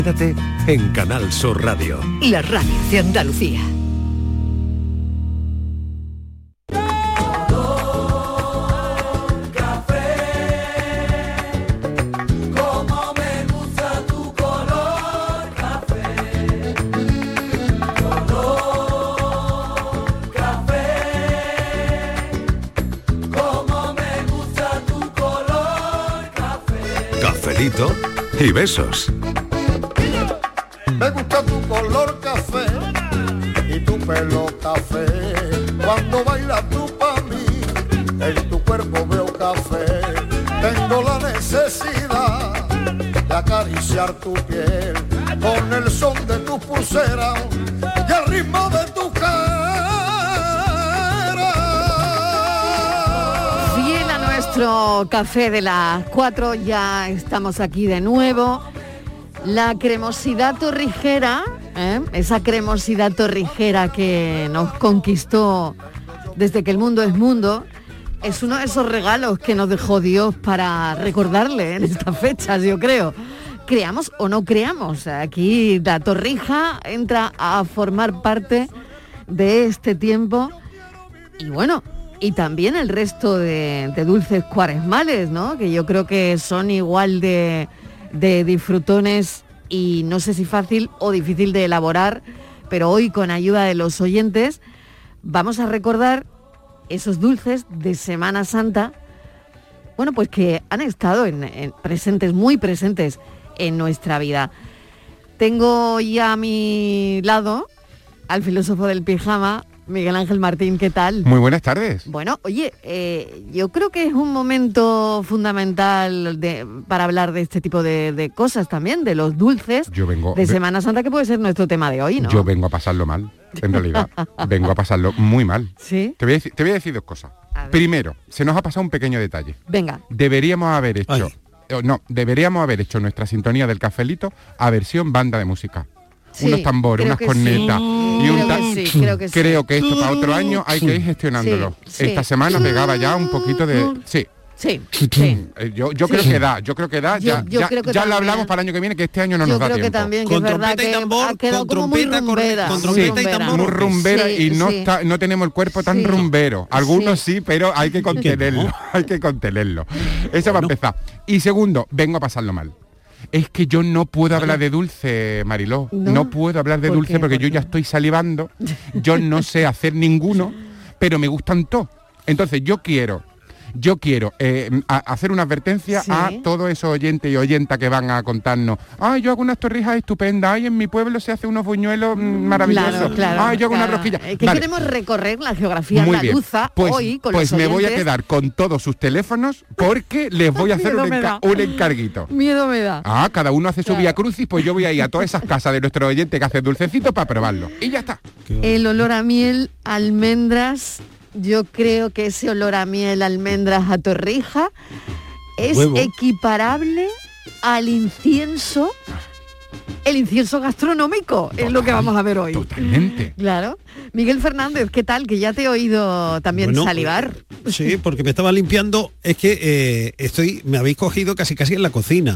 En Canal Sur Radio. La radio de Andalucía. Cafelito y besos. Me gusta tu color café y tu pelo café. Cuando bailas tú pa' mí, en tu cuerpo veo café. Tengo la necesidad de acariciar tu piel con el son de tu pulsera y el ritmo de tu cara. Fiel a nuestro café de las 4, ya estamos aquí de nuevo. La cremosidad torrijera, esa cremosidad torrijera que nos conquistó desde que el mundo es mundo, es uno de esos regalos que nos dejó Dios para recordarle en estas fechas, yo creo. Creamos o no creamos, aquí la torrija entra a formar parte de este tiempo y bueno, y también el resto de dulces cuaresmales, ¿no? Que yo creo que son igual de disfrutones y no sé si fácil o difícil de elaborar, pero hoy con ayuda de los oyentes vamos a recordar esos dulces de Semana Santa, bueno, pues que han estado presentes, muy presentes en nuestra vida. Tengo ya a mi lado al filósofo del pijama, Miguel Ángel Martín, ¿qué tal? Muy buenas tardes. Bueno, oye, yo creo que es un momento fundamental para hablar de este tipo de cosas también, de los dulces de Semana Santa, que puede ser nuestro tema de hoy, ¿no? Yo vengo a pasarlo mal, en realidad. Vengo a pasarlo muy mal. ¿Sí? Te voy a decir dos cosas. Primero, se nos ha pasado un pequeño detalle. Venga. Deberíamos haber hecho nuestra sintonía del cafelito a versión banda de música. Sí, unos tambores, unas cornetas y un creo que esto para otro año hay que ir gestionándolo. Esta semana pegaba ya un poquito de yo creo que da, ya lo hablamos para el año que viene, que este año no nos da tiempo. Yo creo que también, que es verdad que ha quedado como muy rumbera. Con trompeta y tambor. Muy rumbera y no tenemos el cuerpo tan rumbero. Algunos sí, pero hay que contenerlo. Eso va a empezar. Y segundo, vengo a pasarlo mal. Es que yo no puedo hablar de dulce, Mariló. No puedo hablar de dulce porque yo ya estoy salivando. Yo no sé hacer ninguno, pero me gustan todos. Entonces yo quiero hacer una advertencia a todos esos oyentes y oyentas que van a contarnos. Ay, yo hago unas torrijas estupendas. Ay, en mi pueblo se hace unos buñuelos maravillosos. Ay, yo hago una rosquilla. Queremos recorrer la geografía andaluza hoy con los oyentes. Pues me voy a quedar con todos sus teléfonos porque les voy a hacer un encarguito. Miedo me da. Cada uno hace su vía crucis, pues yo voy a ir a todas esas casas de nuestros oyentes que hacen dulcecitos para probarlo. Y ya está. El olor a miel, almendras. Yo creo que ese olor a miel, almendras, a torrija es equiparable al incienso, el incienso gastronómico. Es lo que vamos a ver hoy. Totalmente. Claro. Miguel Fernández, ¿qué tal? Que ya te he oído también salivar. Sí, porque me estaba limpiando. Es que me habéis cogido casi en la cocina.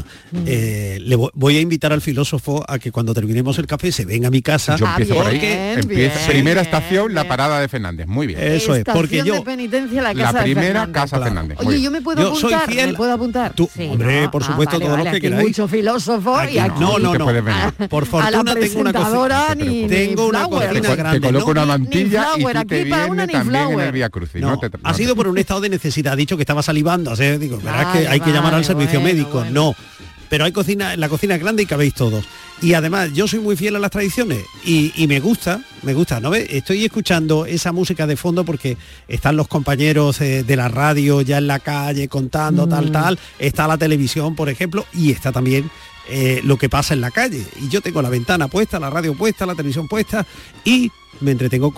Le voy a invitar al filósofo a que cuando terminemos el café se venga a mi casa. Yo empiezo por ahí. Primera estación, la parada de Fernández. Muy bien. Eso es, porque yo de penitencia, la casa primera casa Fernández. Oye, yo me puedo apuntar. Soy fiel. ¿Me puedo apuntar? Tú, sí, hombre, por supuesto, todos los que queráis. Mucho filósofo y aquí. No. Por fortuna tengo una cocina. Tengo una cocina grande. Te coloco una mantilla y tú te vienes también en el Vía Crucis. Ha sido por un estado de necesidad. Ha dicho que estaba salivando. O sea, digo, verás que hay que llamar al servicio médico. Bueno. No. Pero hay cocina, la cocina es grande y cabéis todos. Y además, yo soy muy fiel a las tradiciones y me gusta, ¿no ves? Estoy escuchando esa música de fondo porque están los compañeros de la radio ya en la calle contando tal. Está la televisión, por ejemplo, y está también lo que pasa en la calle. Y yo tengo la ventana puesta, la radio puesta, la televisión puesta y me entretengo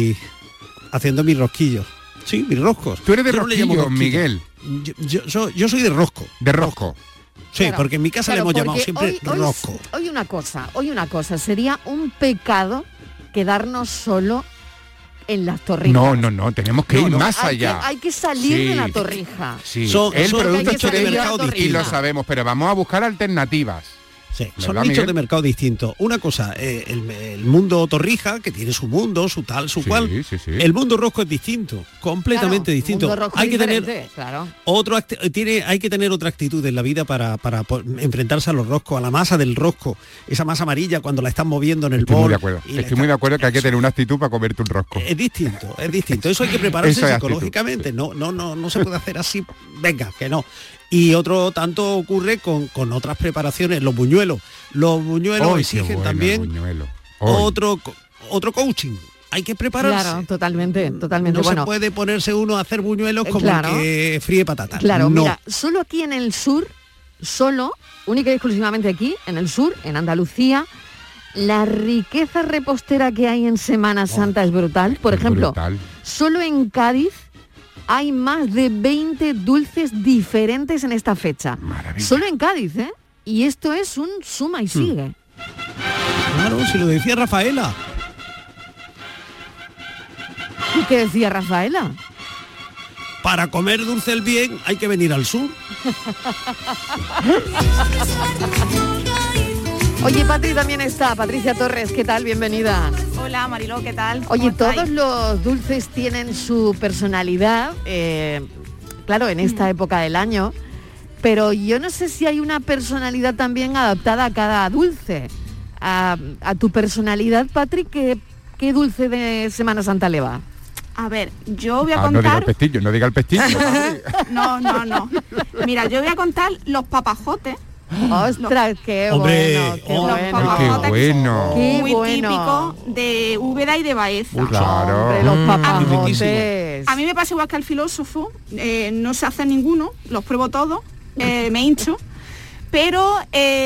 haciendo mis rosquillos. Sí, mis roscos. Tú eres de rosquillos, Miguel. Yo soy de rosco. De rosco. Sí, porque en mi casa le hemos llamado siempre rosco. Hoy una cosa, sería un pecado quedarnos solo en las torrijas. No, tenemos que ir más allá. Hay que salir de la torrija. Sí. El producto estrella y lo sabemos, pero vamos a buscar alternativas. Sí, son nichos de mercado distintos. Una cosa, el mundo torrija, que tiene su mundo, su tal, su cual. Sí. El mundo rosco es distinto, completamente distinto. Hay que tener hay que tener otra actitud en la vida para enfrentarse a los roscos, a la masa del rosco, esa masa amarilla cuando la estás moviendo en el bol. Estoy muy de acuerdo que hay que tener una actitud para comerte un rosco. Es distinto. Eso hay que prepararse psicológicamente. No se puede hacer así. Venga, que no. Y otro tanto ocurre con otras preparaciones, los buñuelos. Los buñuelos exigen también otro coaching. Hay que prepararse. Claro, totalmente. No se puede ponerse uno a hacer buñuelos como el que fríe patatas. Claro, mira, solo aquí en el sur, única y exclusivamente aquí, en el sur, en Andalucía, la riqueza repostera que hay en Semana Santa es brutal. Por ejemplo, solo en Cádiz hay más de 20 dulces diferentes en esta fecha. Maravilla. Solo en Cádiz, ¿eh? Y esto es un suma y sigue. Claro, si lo decía Rafaela. ¿Y qué decía Rafaela? Para comer dulce el bien hay que venir al sur. Oye, Patri también está, Patricia Torres, ¿qué tal? Bienvenida. Hola, Mariló, ¿qué tal? Oye, todos los dulces tienen su personalidad, claro, en esta época del año, pero yo no sé si hay una personalidad también adaptada a cada dulce. A tu personalidad, Patri, ¿qué dulce de Semana Santa le va? A ver, yo voy a contar... No diga el pestillo. No. Mira, yo voy a contar los papajotes. ¡Ostras, qué bueno! ¡Qué muy bueno! Típico de Úbeda y de Baeza. Claro. Hombre, los papajotes. A mí me pasa igual que al filósofo, no se hace ninguno, los pruebo todos, me hincho. Pero,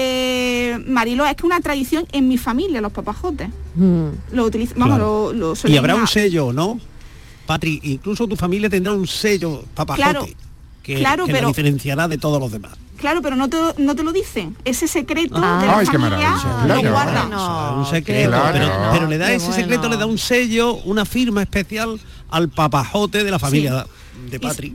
Mariló, es que una tradición en mi familia, los papajotes. Lo utilizamos, claro. lo y habrá un sello, ¿no? Patri, incluso tu familia tendrá un sello papajote que lo diferenciará de todos los demás. Claro, pero no te lo dicen. Ese secreto de la familia lo guardan. Un secreto, claro. pero le da ese secreto, le da un sello, una firma especial al papajote de la familia de Patri.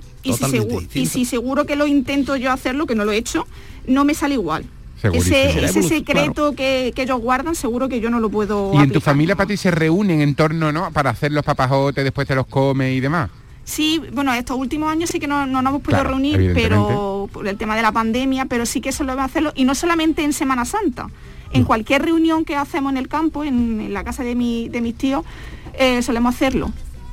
Y si seguro que lo intento yo hacerlo, que no lo he hecho, no me sale igual. Ese secreto que ellos guardan, seguro que yo no lo puedo ¿Y aplicar. en tu familia, Patri, se reúnen en torno, ¿no?, para hacer los papajotes, después te los come y demás? Sí, bueno, estos últimos años sí que no nos hemos podido reunir, pero por el tema de la pandemia, pero sí que solemos hacerlo, y no solamente en Semana Santa, en cualquier reunión que hacemos en el campo, en la casa de mis tíos, solemos hacerlo.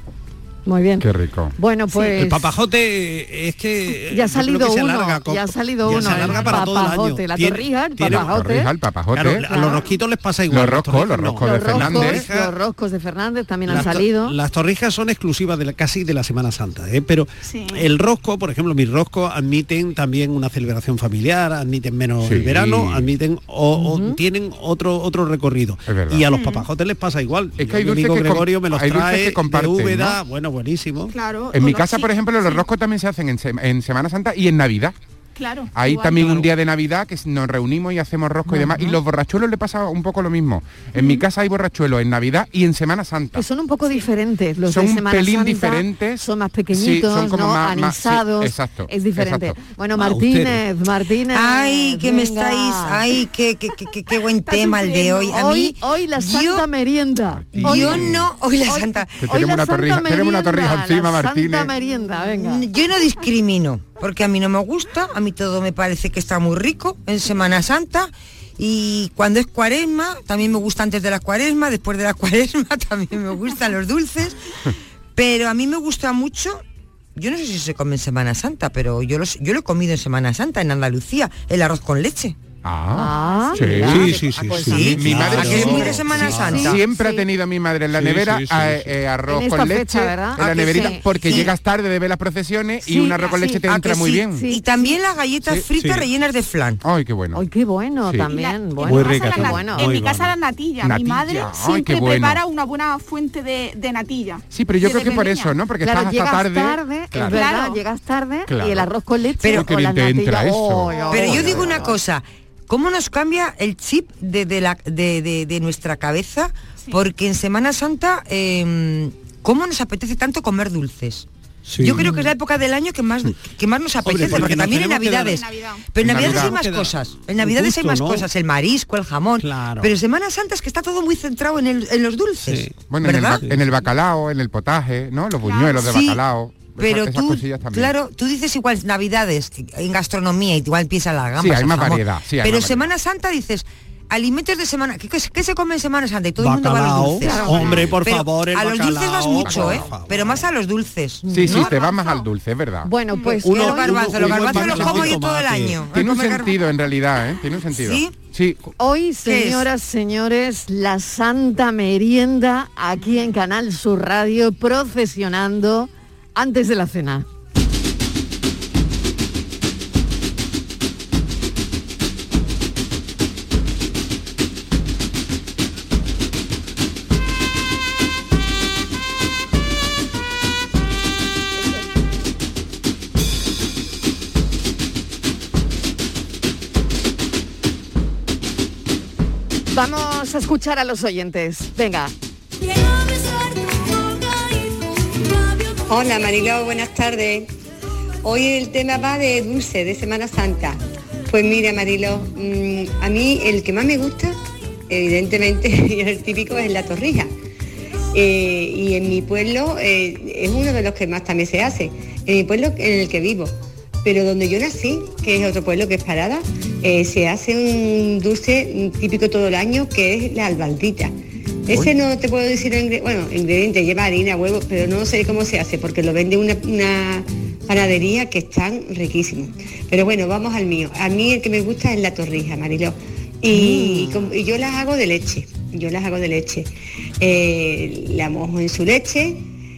Muy bien. Qué rico. Bueno, pues... El papajote es que... Ya ha salido uno. Se alarga para todo el año. La torrija, el papajote. Claro, a los rosquitos les pasa igual. Los roscos de Fernández. Los roscos de Fernández también han salido. Las torrijas son exclusivas casi de la Semana Santa, pero el rosco, por ejemplo, mis roscos admiten también una celebración familiar, admiten menos el verano, admiten o tienen otro recorrido. Y a los papajotes les pasa igual. Es que hay dulces que Gregorio me los trae que comparten, de Úbeda, ¿no? Bueno, buenísimo. Claro. En mi casa, por ejemplo, los roscos también se hacen en Semana Santa y en Navidad. Claro. Hay también un día de Navidad que nos reunimos y hacemos rosco y demás. Y los borrachuelos le pasa un poco lo mismo. En mi casa hay borrachuelos en Navidad y en Semana Santa. Que son un poco diferentes. Los son de Semana un pelín Santa diferentes. Son más pequeñitos, son como más anisados. Exacto. Es diferente. Exacto. Bueno, Martínez. Ay, que me estáis. Ay, qué buen tema el de hoy. A mí, hoy la Santa Merienda. Hoy la Santa. Tenemos una torrija encima, Martínez. Santa Merienda, venga. Yo no discrimino, porque a mí no me gusta, a mí todo me parece que está muy rico en Semana Santa, y cuando es Cuaresma también me gusta, antes de la Cuaresma, después de la Cuaresma también me gustan los dulces, pero a mí me gusta mucho. Yo no sé si se come en Semana Santa, pero yo lo he comido en Semana Santa en Andalucía, el arroz con leche. Sí. Mi madre es muy de Semana Santa. Siempre ha tenido mi madre en la nevera arroz con leche en la neverita, porque llegas tarde de ver las procesiones y un arroz con leche te entra muy bien. Y también las galletas fritas rellenas de flan. Ay, qué bueno. Ay, qué bueno también. Muy rica. En mi casa la natilla. Mi madre siempre prepara una buena fuente de natilla. Sí, pero yo creo que por eso, ¿no? Porque estás hasta tarde. Es verdad, llegas tarde y el arroz con leche pero con la natilla. Pero yo digo una cosa. ¿Cómo nos cambia el chip de nuestra cabeza? Sí. Porque en Semana Santa, ¿cómo nos apetece tanto comer dulces? Sí. Yo creo que es la época del año que más nos apetece, porque también en Navidades. Pero en Navidades hay más cosas. En Navidades hay más cosas, el marisco, el jamón. Claro. Pero Semana Santa es que está todo muy centrado en los dulces. Sí. Bueno, en el bacalao, en el potaje, ¿no? Los buñuelos de bacalao. Pero tú dices igual Navidades, en gastronomía, igual empieza la gamba. Sí, hay más variedad. Sí, pero Semana Santa dices... Alimentos de semana, ¿qué se come en Semana Santa? Y todo bacalao, el mundo va a los dulces. Claro. Hombre, por favor, el a los bacalao, dulces vas mucho, pero más a los dulces. Sí, sí, te vas más al dulce, es verdad. Bueno, pues los garbanzos los como yo todo el año. Tiene un sentido en realidad, ¿eh? Tiene un sentido. ¿Sí? Sí. Hoy, señoras, señores, la Santa Merienda aquí en Canal Sur Radio, procesionando antes de la cena. Vamos a escuchar a los oyentes. Venga. Hola Mariló, buenas tardes. Hoy el tema va de dulce, de Semana Santa. Pues mira Mariló, a mí el que más me gusta, evidentemente, y el típico es la torrija. Y en mi pueblo es uno de los que más también se hace. En mi pueblo en el que vivo. Pero donde yo nací, que es otro pueblo que es Parada, se hace un dulce típico todo el año que es la albaldita. Ese no te puedo decir, ingredientes, lleva harina, huevo, pero no sé cómo se hace porque lo vende una panadería que están riquísimos. Pero bueno, vamos al mío. A mí el que me gusta es la torrija, Mariló. Y yo las hago de leche. La mojo en su leche.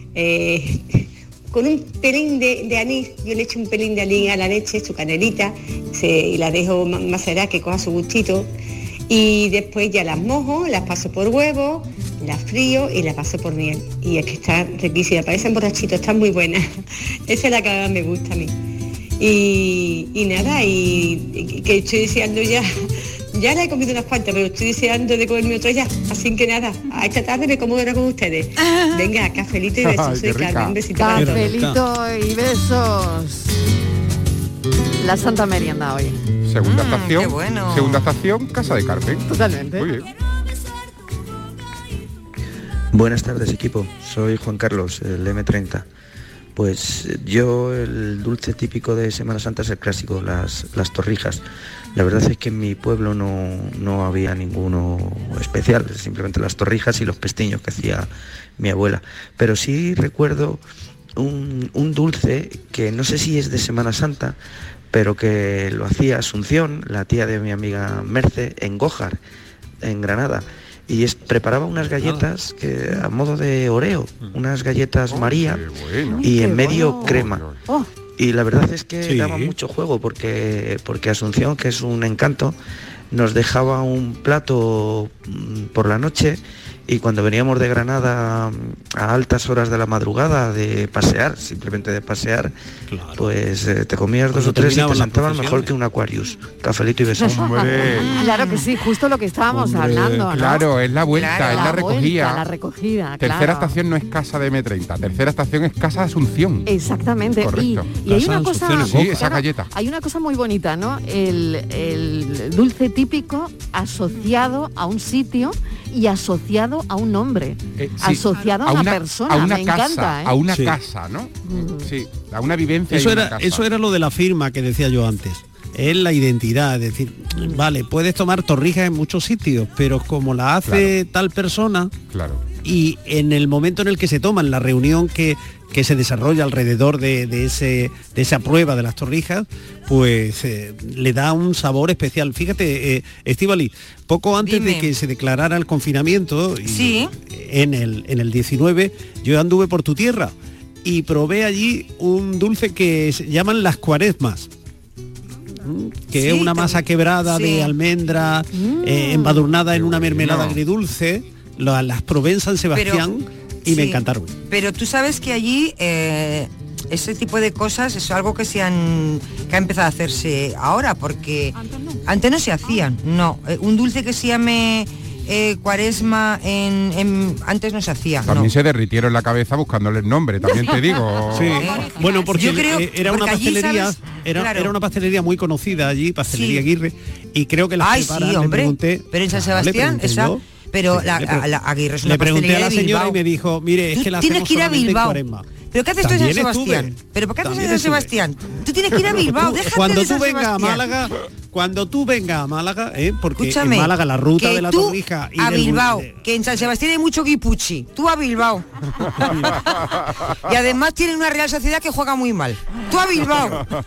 Con un pelín de anís, yo le echo un pelín de anís a la leche, su canelita, y la dejo macerar, que coja su gustito, y después ya las mojo, las paso por huevo, las frío y las paso por miel. Y es que está riquísima, parecen borrachitos, están muy buenas. Esa es la que más me gusta a mí. Y nada, y que estoy deseando ya la he comido unas cuantas, pero estoy deseando de comerme otra ya. Así que nada, a esta tarde me como una con ustedes. Venga, cafelito y besos. Soy Carmen, un besito. Cafelito y besos. La Santa Merienda hoy. Segunda estación. Qué bueno. Segunda estación, Casa de Carmen. Totalmente. Muy bien. Buenas tardes, equipo. Soy Juan Carlos, el M30. Pues yo, el dulce típico de Semana Santa es el clásico, las torrijas. La verdad es que en mi pueblo no había ninguno especial, simplemente las torrijas y los pestiños que hacía mi abuela. Pero sí recuerdo un dulce que no sé si es de Semana Santa, pero que lo hacía Asunción, la tía de mi amiga Merce, en Gójar, en Granada. Y preparaba unas galletas que a modo de Oreo, unas galletas María, y en medio crema. Y la verdad es que daba mucho juego porque Asunción, que es un encanto, nos dejaba un plato por la noche, y cuando veníamos de Granada a altas horas de la madrugada simplemente de pasear, claro, pues te comías dos o tres y te sentaban mejor que un Aquarius. Cafelito y besos. Claro que sí, justo lo que estábamos hablando, ¿no? Claro, es la vuelta, claro, es la recogida. La recogida, Tercera estación no es Casa de M30, tercera estación es Casa de Asunción. Exactamente. Correcto. Y hay una cosa, sí, esa galleta. Hay una cosa muy bonita, ¿no? El dulce típico asociado a un sitio y asociado a un nombre, asociado a una persona, a una me casa, encanta, ¿eh? A una casa, ¿no? Sí, a una vivencia. Eso era lo de la firma que decía yo antes. Es la identidad, es decir, vale, puedes tomar torrijas en muchos sitios, pero como la hace tal persona, y en el momento en el que se toma, en la reunión que se desarrolla alrededor de esa prueba de las torrijas, pues le da un sabor especial. Fíjate, Estíbaliz, poco antes de que se declarara el confinamiento, en el 19, yo anduve por tu tierra y probé allí un dulce que se llaman las cuaresmas, que es una masa quebrada de almendra, embadurnada en una mermelada agridulce. Las probé en San Sebastián y me encantaron. Pero tú sabes que allí ese tipo de cosas es algo que ha empezado a hacerse ahora, porque antes no se hacían. No, un dulce que se llame cuaresma antes no se hacía. También se derritieron la cabeza buscándole el nombre, también te digo. Sí. Bueno, porque yo creo, era una pastelería, ¿sabes? era una pastelería muy conocida allí, Pastelería Aguirre, y creo que la preparan, sí, hombre. le pregunté, pero en San Sebastián, pero sí, la Aguirre es una le pregunté a la de señora Bilbao. y me dijo, mire, es que la tienes que ir a Bilbao. ¿Pero qué haces tú en San Sebastián? ¿Pero por qué haces en San Sebastián? Tú tienes que ir a Bilbao, déjate cuando de San tú vengas a Sebastián. Málaga, cuando tú vengas a Málaga, porque Escúchame, en Málaga la ruta que de la tú Torrija y a del Bilbao, que en San Sebastián hay mucho guipuchi, tú a Bilbao. Y además tienen una Real Sociedad que juega muy mal. Tú a Bilbao.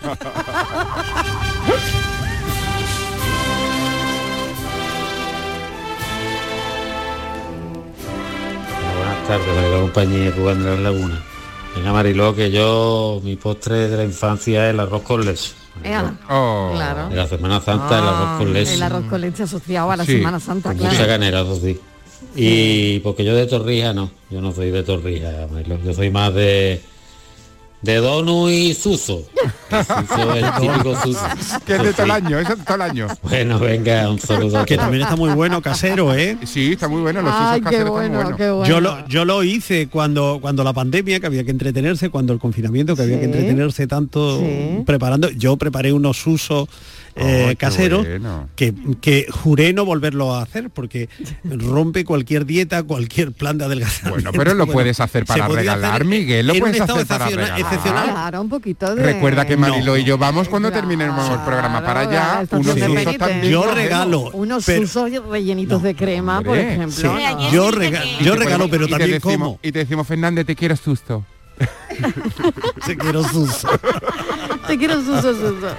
Buenas tardes, Mariló compañía, Rubén de la Laguna. Venga, Mariló, que mi postre de la infancia es el arroz con leche. Claro. De la Semana Santa, el arroz con leche. El arroz con leche asociado a la Semana Santa, con claro. mucha canela, eso sí. Y porque yo de Torrija no, yo no soy de Torrija, Mariló. Yo soy más de Donu y Suso. Suso es el típico Suso. Que es de todo el año, eso es de todo el año. Bueno, venga, un saludo. Que también está muy bueno, casero, ¿eh? Sí, está muy bueno, los Susos caseros están muy buenos. Qué bueno. Yo lo hice cuando la pandemia, que había que entretenerse, cuando el confinamiento, que había que entretenerse tanto preparando. Yo preparé unos Susos caseros bueno. que juré no volverlo a hacer porque rompe cualquier dieta, cualquier plan de adelgazamiento. Bueno, pero lo puedes hacer para regalar, Miguel, lo puedes hacer para regalar. Excepcional. Claro, un poquito de... Recuerda que Mariló y yo vamos cuando terminemos el programa para allá, unos Susos también. Yo regalo. Unos Susos rellenitos de crema, por ejemplo. Sí, yo regalo, pero también como. Y te decimos, Fernández, te quiero susto. Te quiero Suso. Te quiero Suso.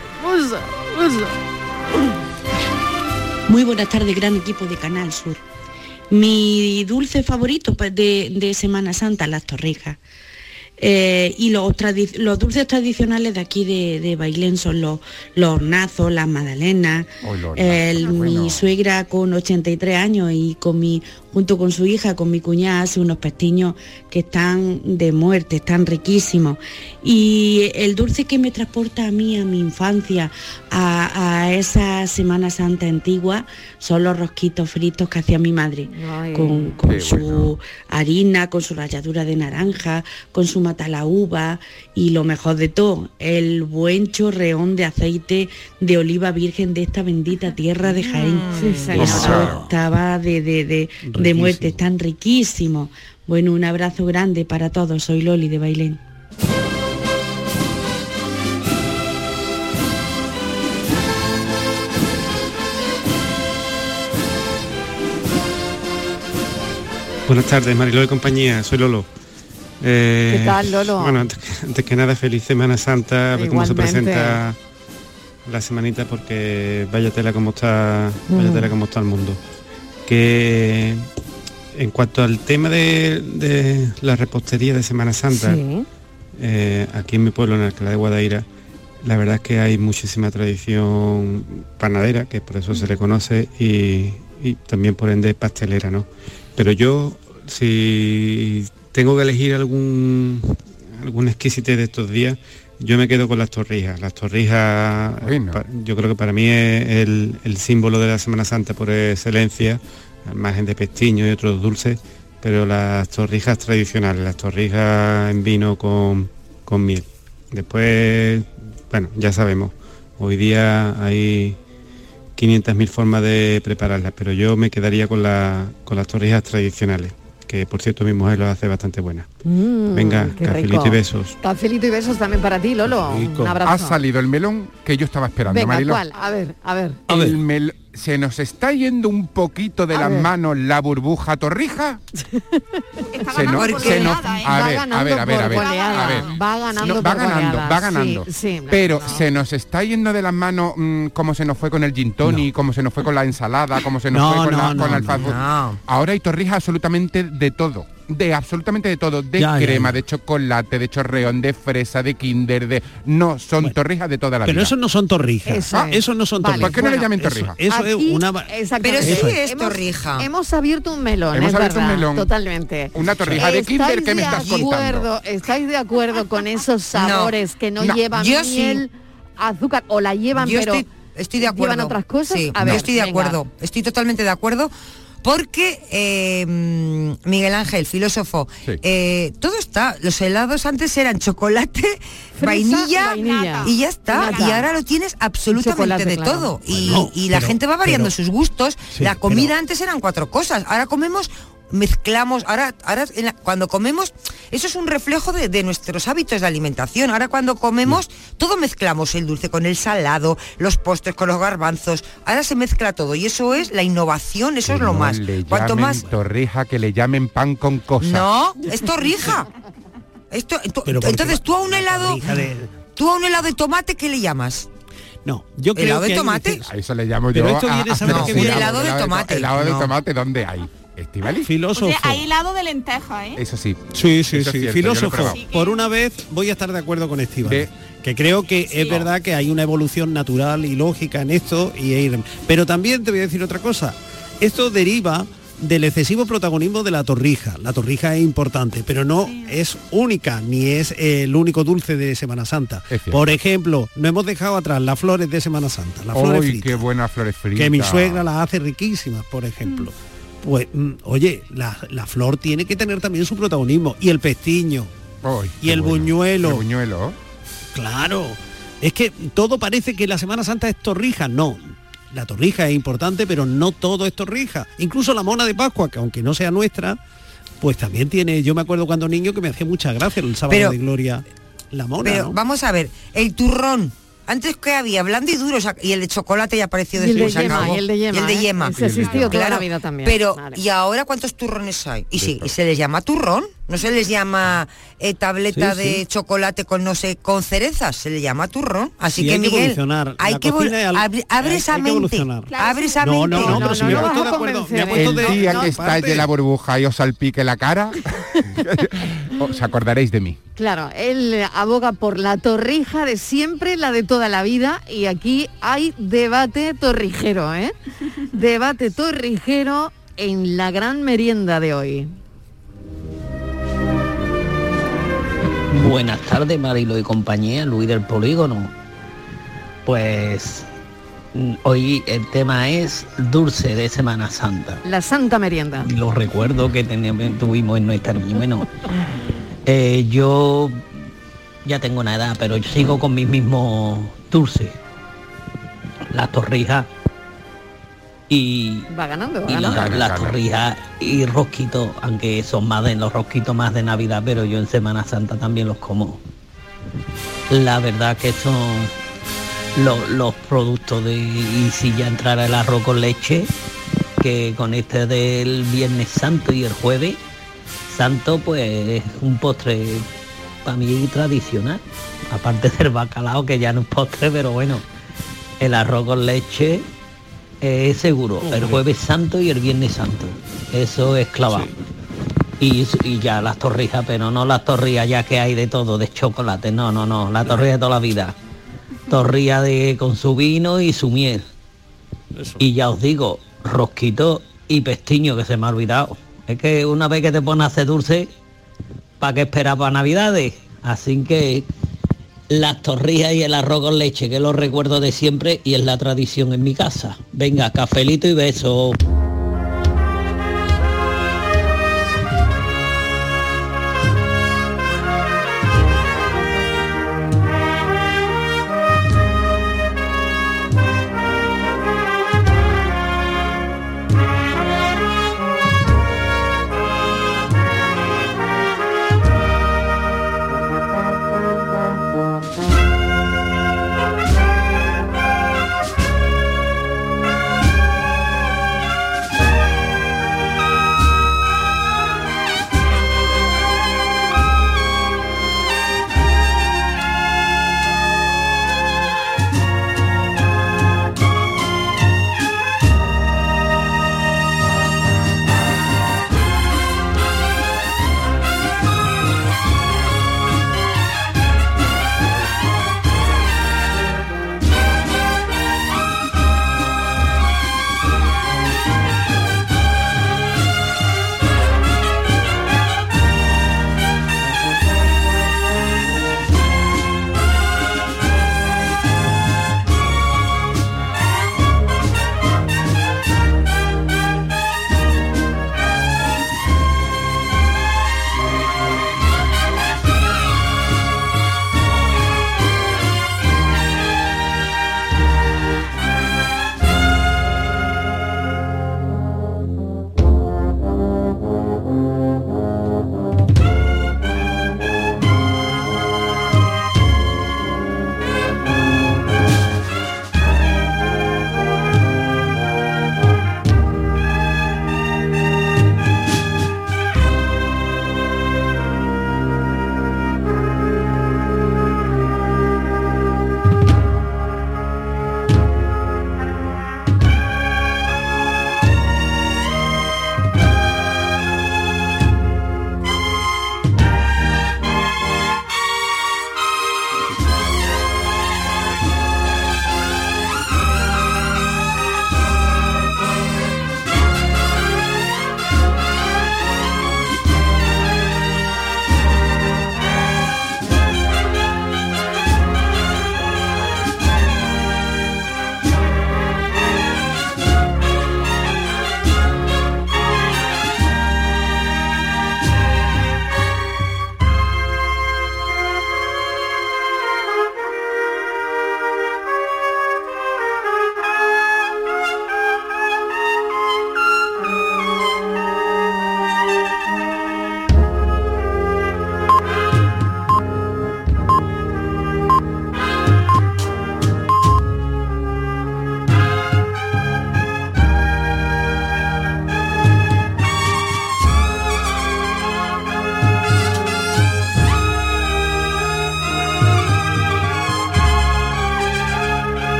Muy buenas tardes, gran equipo de Canal Sur. Mi dulce favorito de Semana Santa, las torrijas. Y los dulces tradicionales de aquí de Bailén son los hornazos, las magdalenas. Mi suegra con 83 años y junto con su hija, con mi cuñada, hace unos pestiños que están de muerte, están riquísimos. Y el dulce que me transporta a mí, a mi infancia, a esa Semana Santa antigua, son los rosquitos fritos que hacía mi madre. Con su harina, con su ralladura de naranja, con su matalaúva y lo mejor de todo, el buen chorreón de aceite de oliva virgen de esta bendita tierra de Jaén. Eso estaba de muerte, tan riquísimo. Bueno, un abrazo grande para todos, soy Loli de Bailén. Buenas tardes, Mariló y compañía, soy Lolo. ¿Qué tal, Lolo? Bueno, antes que nada, feliz Semana Santa, a ver cómo se presenta la semanita, porque vaya tela como está el mundo. Que en cuanto al tema de la repostería de Semana Santa, aquí en mi pueblo, en Alcalá de Guadaira, la verdad es que hay muchísima tradición panadera, que por eso se le conoce, y también por ende pastelera, ¿no? Pero yo, si tengo que elegir algún exquisite de estos días, yo me quedo con las torrijas. Las torrijas, yo creo que para mí es el símbolo de la Semana Santa por excelencia, al margen de pestiños y otros dulces, pero las torrijas tradicionales, las torrijas en vino con miel. Después, bueno, ya sabemos, hoy día hay 500.000 formas de prepararlas, pero yo me quedaría con las torrijas tradicionales, que por cierto mi mujer lo hace bastante buena. Venga, cafelito y besos. Cafelito y besos también para ti, Lolo. Un abrazo. Ha salido el melón que yo estaba esperando, Venga, Mariló. ¿cuál? A ver. ¿Se nos está yendo un poquito de las manos la burbuja torrija? Va ganando. Sí, pero se nos está yendo de las manos como se nos fue con el gin tonic, como se nos fue con la ensalada, como se nos fue con el fast food. Ahora hay torrijas absolutamente de todo. Absolutamente de todo, crema, de chocolate, de chorreón, de fresa, de kinder, son torrijas de toda la vida. Pero eso no son torrijas. Eso no son torrijas. ¿Por qué no le llamen torrijas? Eso es una... Pero sí es torrija. Hemos abierto un melón, totalmente. Una torrija de kinder, ¿qué me estás contando? ¿Estáis de acuerdo con esos sabores que no llevan miel, azúcar, o la llevan, pero estoy de acuerdo. llevan otras cosas? Sí, yo estoy de acuerdo. Estoy totalmente de acuerdo. porque Miguel Ángel, filósofo, todo está, los helados antes eran chocolate, fresa, vainilla y ya está, y ahora lo tienes absolutamente de todo, y la gente va variando sus gustos. La comida antes eran 4 cosas, ahora comemos, mezclamos, ahora cuando comemos, eso es un reflejo de nuestros hábitos de alimentación. Ahora cuando comemos, todo mezclamos, el dulce con el salado, los postres con los garbanzos, ahora se mezcla todo, y eso es la innovación, eso es lo más. Cuanto más torrija, que le llamen pan con cosas. No, es torrija. Entonces tú a un helado de tomate, ¿qué le llamas? No, yo creo ¿helado que de tomate? A eso le llamo yo. Pero esto viene a saber que un helado de tomate. Helado de tomate, ¿dónde hay? Estivali. Filósofo. Hay helado de lenteja, ¿eh? Eso sí. Sí. Cierto, Filósofo. Por una vez voy a estar de acuerdo con Estivali. Que creo que es verdad que hay una evolución natural y lógica en esto, pero también te voy a decir otra cosa. Esto deriva del excesivo protagonismo de la torrija. La torrija es importante, pero no es única, ni es el único dulce de Semana Santa. Por ejemplo, no hemos dejado atrás las flores de Semana Santa, las flores fritas. Qué buenas flores fritas. Que mi suegra las hace riquísimas, por ejemplo. Pues, oye, la flor tiene que tener también su protagonismo. Y el pestiño. Y el buñuelo. El buñuelo. Claro. Es que todo parece que la Semana Santa es torrija. No. La torrija es importante, pero no todo es torrija. Incluso la mona de Pascua, que aunque no sea nuestra, pues también tiene... Yo me acuerdo cuando niño que me hacía mucha gracia el sábado de Gloria, la mona, pero ¿no? Vamos a ver, el turrón. Antes que había blando y duro, y el de chocolate ya apareció después. Y el de yema. Ese existió toda la vida también. Pero, ¿y ahora cuántos turrones hay? Y se les llama turrón, no se les llama tableta de chocolate con con cerezas, se le llama turrón. Así que Miguel, hay que abre esa mente. Abre esa mente. No, pero si me he puesto de acuerdo. El día que estalle la burbuja y os salpique la cara, os acordaréis de mí. Claro, él aboga por la torrija de siempre, la de toda la vida, y aquí hay debate torrijero, ¿eh? Debate torrijero en la gran merienda de hoy. Buenas tardes, Marilo y compañía, Luis del Polígono. Pues hoy el tema es dulce de Semana Santa. La Santa Merienda. Los recuerdos que tuvimos en nuestra niñez. Bueno, yo ya tengo una edad, pero yo sigo con mis mismos dulces. Las torrijas y va ganando. Las torrijas y rosquitos, aunque son más de los rosquitos más de Navidad, pero yo en Semana Santa también los como. La verdad que son los productos y si ya entrara el arroz con leche, que con este del Viernes Santo y el Jueves Santo, pues un postre para mí tradicional, aparte del bacalao, que ya no es postre, pero bueno, el arroz con leche es seguro, el Jueves Santo y el Viernes Santo, eso es clavado. Sí. Y ya las torrijas, pero no las torrijas ya que hay de todo, de chocolate, no, la torrija de toda la vida, torrilla con su vino y su miel. Eso. Y ya os digo, rosquito y pestiño, que se me ha olvidado. Es que una vez que te pones a hacer dulce, ¿para qué esperar para Navidades? Así que las torrijas y el arroz con leche, que lo recuerdo de siempre y es la tradición en mi casa. Venga, cafelito y beso.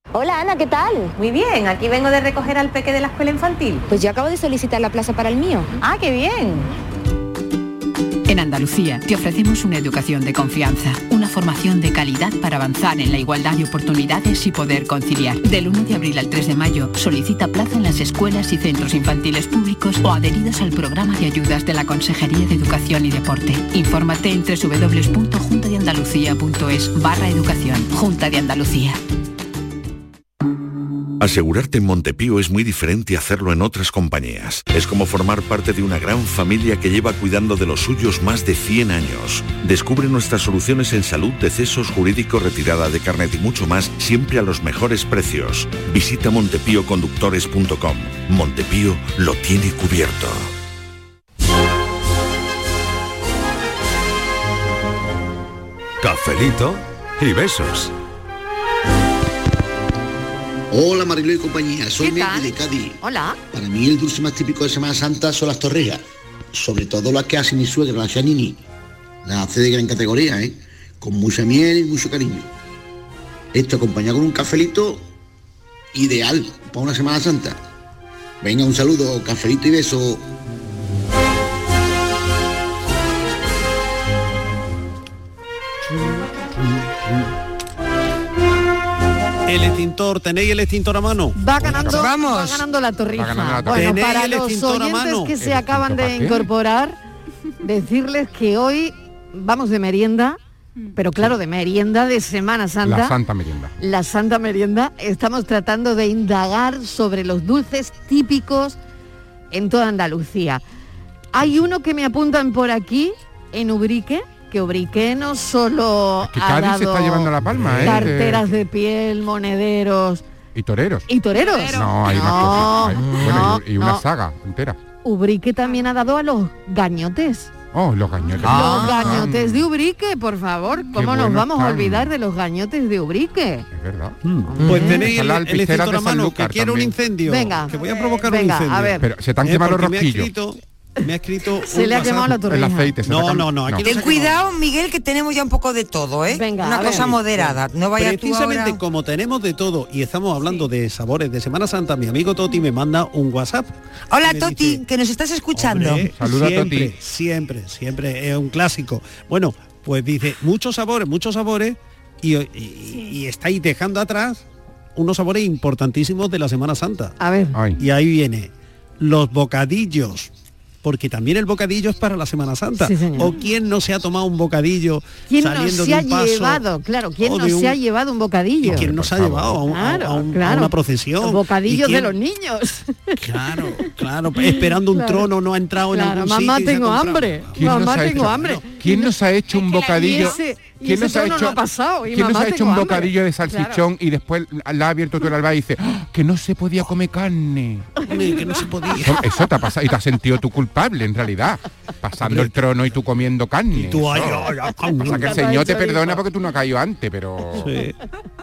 Hola Ana, ¿qué tal? Muy bien, aquí vengo de recoger al peque de la escuela infantil. Pues yo acabo de solicitar la plaza para el mío. Ah, qué bien. En Andalucía te ofrecemos una educación de confianza, una formación de calidad para avanzar en la igualdad de oportunidades y poder conciliar. Del 1 de abril al 3 de mayo solicita plaza en las escuelas y centros infantiles públicos o adheridos al programa de ayudas de la Consejería de Educación y Deporte. Infórmate en www.juntadeandalucía.es/educación. Junta de Andalucía. Asegurarte en Montepío es muy diferente a hacerlo en otras compañías. Es como formar parte de una gran familia que lleva cuidando de los suyos más de 100 años. Descubre nuestras soluciones en salud, decesos, jurídico, retirada de carnet y mucho más, siempre a los mejores precios. Visita montepíoconductores.com. Montepío lo tiene cubierto. Cafelito y besos. Hola Mariló y compañía, soy ¿Qué tal? Miguel de Cádiz. Hola. Para mí el dulce más típico de Semana Santa son las torrijas, sobre todo las que hace mi suegra, la Chanini. Las hace de gran categoría, con mucha miel y mucho cariño. Esto acompañado con un cafelito, ideal para una Semana Santa. Venga, un saludo, cafelito y beso. El extintor, ¿tenéis el extintor a mano? Va ganando la torrija. Bueno, para los oyentes que se acaban de incorporar, decirles que hoy vamos de merienda, pero claro, de merienda de Semana Santa. La Santa Merienda. La Santa Merienda. Estamos tratando de indagar sobre los dulces típicos en toda Andalucía. Hay uno que me apuntan por aquí, en Ubrique, que Ubrique no solo que ha Cádiz dado se está llevando la palma, carteras de piel, monederos y toreros. No, hay más cosas. Bueno, y una saga entera. Ubrique también ha dado a los gañotes. Oh, los gañotes. Los gañotes de Ubrique, por favor. ¿Cómo nos vamos a olvidar de los gañotes de Ubrique? Es verdad. Pues tenéis el extintor a mano, que quiero un incendio. Venga. Que voy a provocar un incendio. A ver. Pero se te han quemado los rosquillos. Me ha escrito se le ha quemado la torrija. El aceite. No. Ten cuidado, Miguel, que tenemos ya un poco de todo, Venga, una cosa moderada. No vaya precisamente tú ahora... como tenemos de todo y estamos hablando de sabores de Semana Santa, mi amigo Toti me manda un WhatsApp. Hola Toti, dice, que nos estás escuchando. Saluda a Toti. Siempre, es un clásico. Bueno, pues dice, muchos sabores, y estáis dejando atrás unos sabores importantísimos de la Semana Santa. A ver. Y ahí viene, los bocadillos. Porque también el bocadillo es para la Semana Santa. Sí, señor. ¿O quién no se ha tomado un bocadillo saliendo de un paso? ¿Quién no se ha llevado un bocadillo? ¿Y quién no se ha llevado a una procesión? Bocadillos de los niños. Claro, esperando un trono, no ha entrado en algún sitio. Mamá, tengo hambre. ¿Quién nos ha hecho un bocadillo? ¿Quién nos ha hecho un bocadillo de salchichón y después la ha abierto tú el alba y dice que no se podía comer carne? Que no se podía. Eso te ha pasado y te has sentido tú culpable en realidad, pasando el trono y tú comiendo carne. Y tú o sea, que el Señor te perdona porque tú no has caído antes, pero... Sí.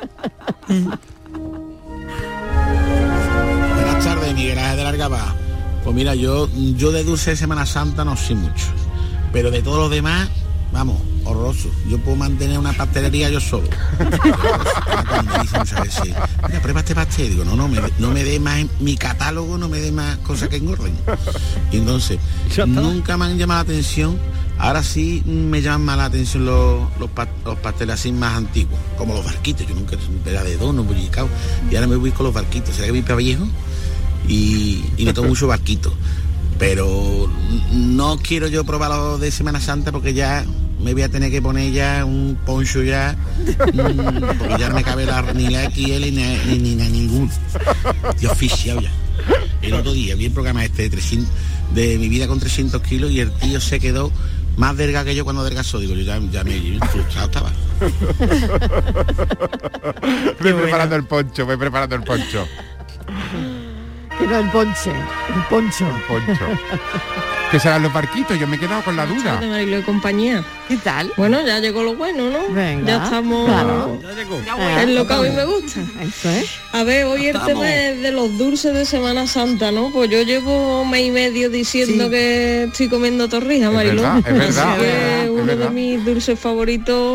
Buenas tardes, Miguel Ángel de Largaba. Pues mira, yo de dulce de Semana Santa no sé mucho, pero de todos los demás, vamos, horroroso. Yo puedo mantener una pastelería yo solo. Cuando me dicen, ¿sabes? Sí. Mira, prueba este pastel. Digo, no me dé más mi catálogo, no me dé más cosas que engorden. Y entonces, nunca me han llamado la atención. Ahora sí me llaman más la atención los pasteles así más antiguos, como los barquitos. Yo nunca era de dono, bollicao, y ahora me voy con los barquitos. ¿Será que voy para viejo? Y me tomo mucho barquito. Pero no quiero yo probar lo de Semana Santa porque ya me voy a tener que poner ya un poncho ya, porque ya no me cabe ni la XL ni ningún. Yo oficial ya. El otro día vi el programa de mi vida con 300 kilos y el tío se quedó más delgado que yo cuando adelgazó. Digo, yo ya me frustrado estaba. Voy preparando el poncho. Que no el poncho. ¿Qué serán los barquitos? Yo me he quedado con la duda. De Marilo y compañía. ¿Qué tal? Bueno, ya llegó lo bueno, ¿no? Venga, ya estamos... Claro. Ya llegó. Es lo que a mí me gusta. Eso es. A ver, hoy el tema es de los dulces de Semana Santa, ¿no? Pues yo llevo mes y medio diciendo que estoy comiendo torrijas, Marilo. Es verdad. Así que uno de mis dulces favoritos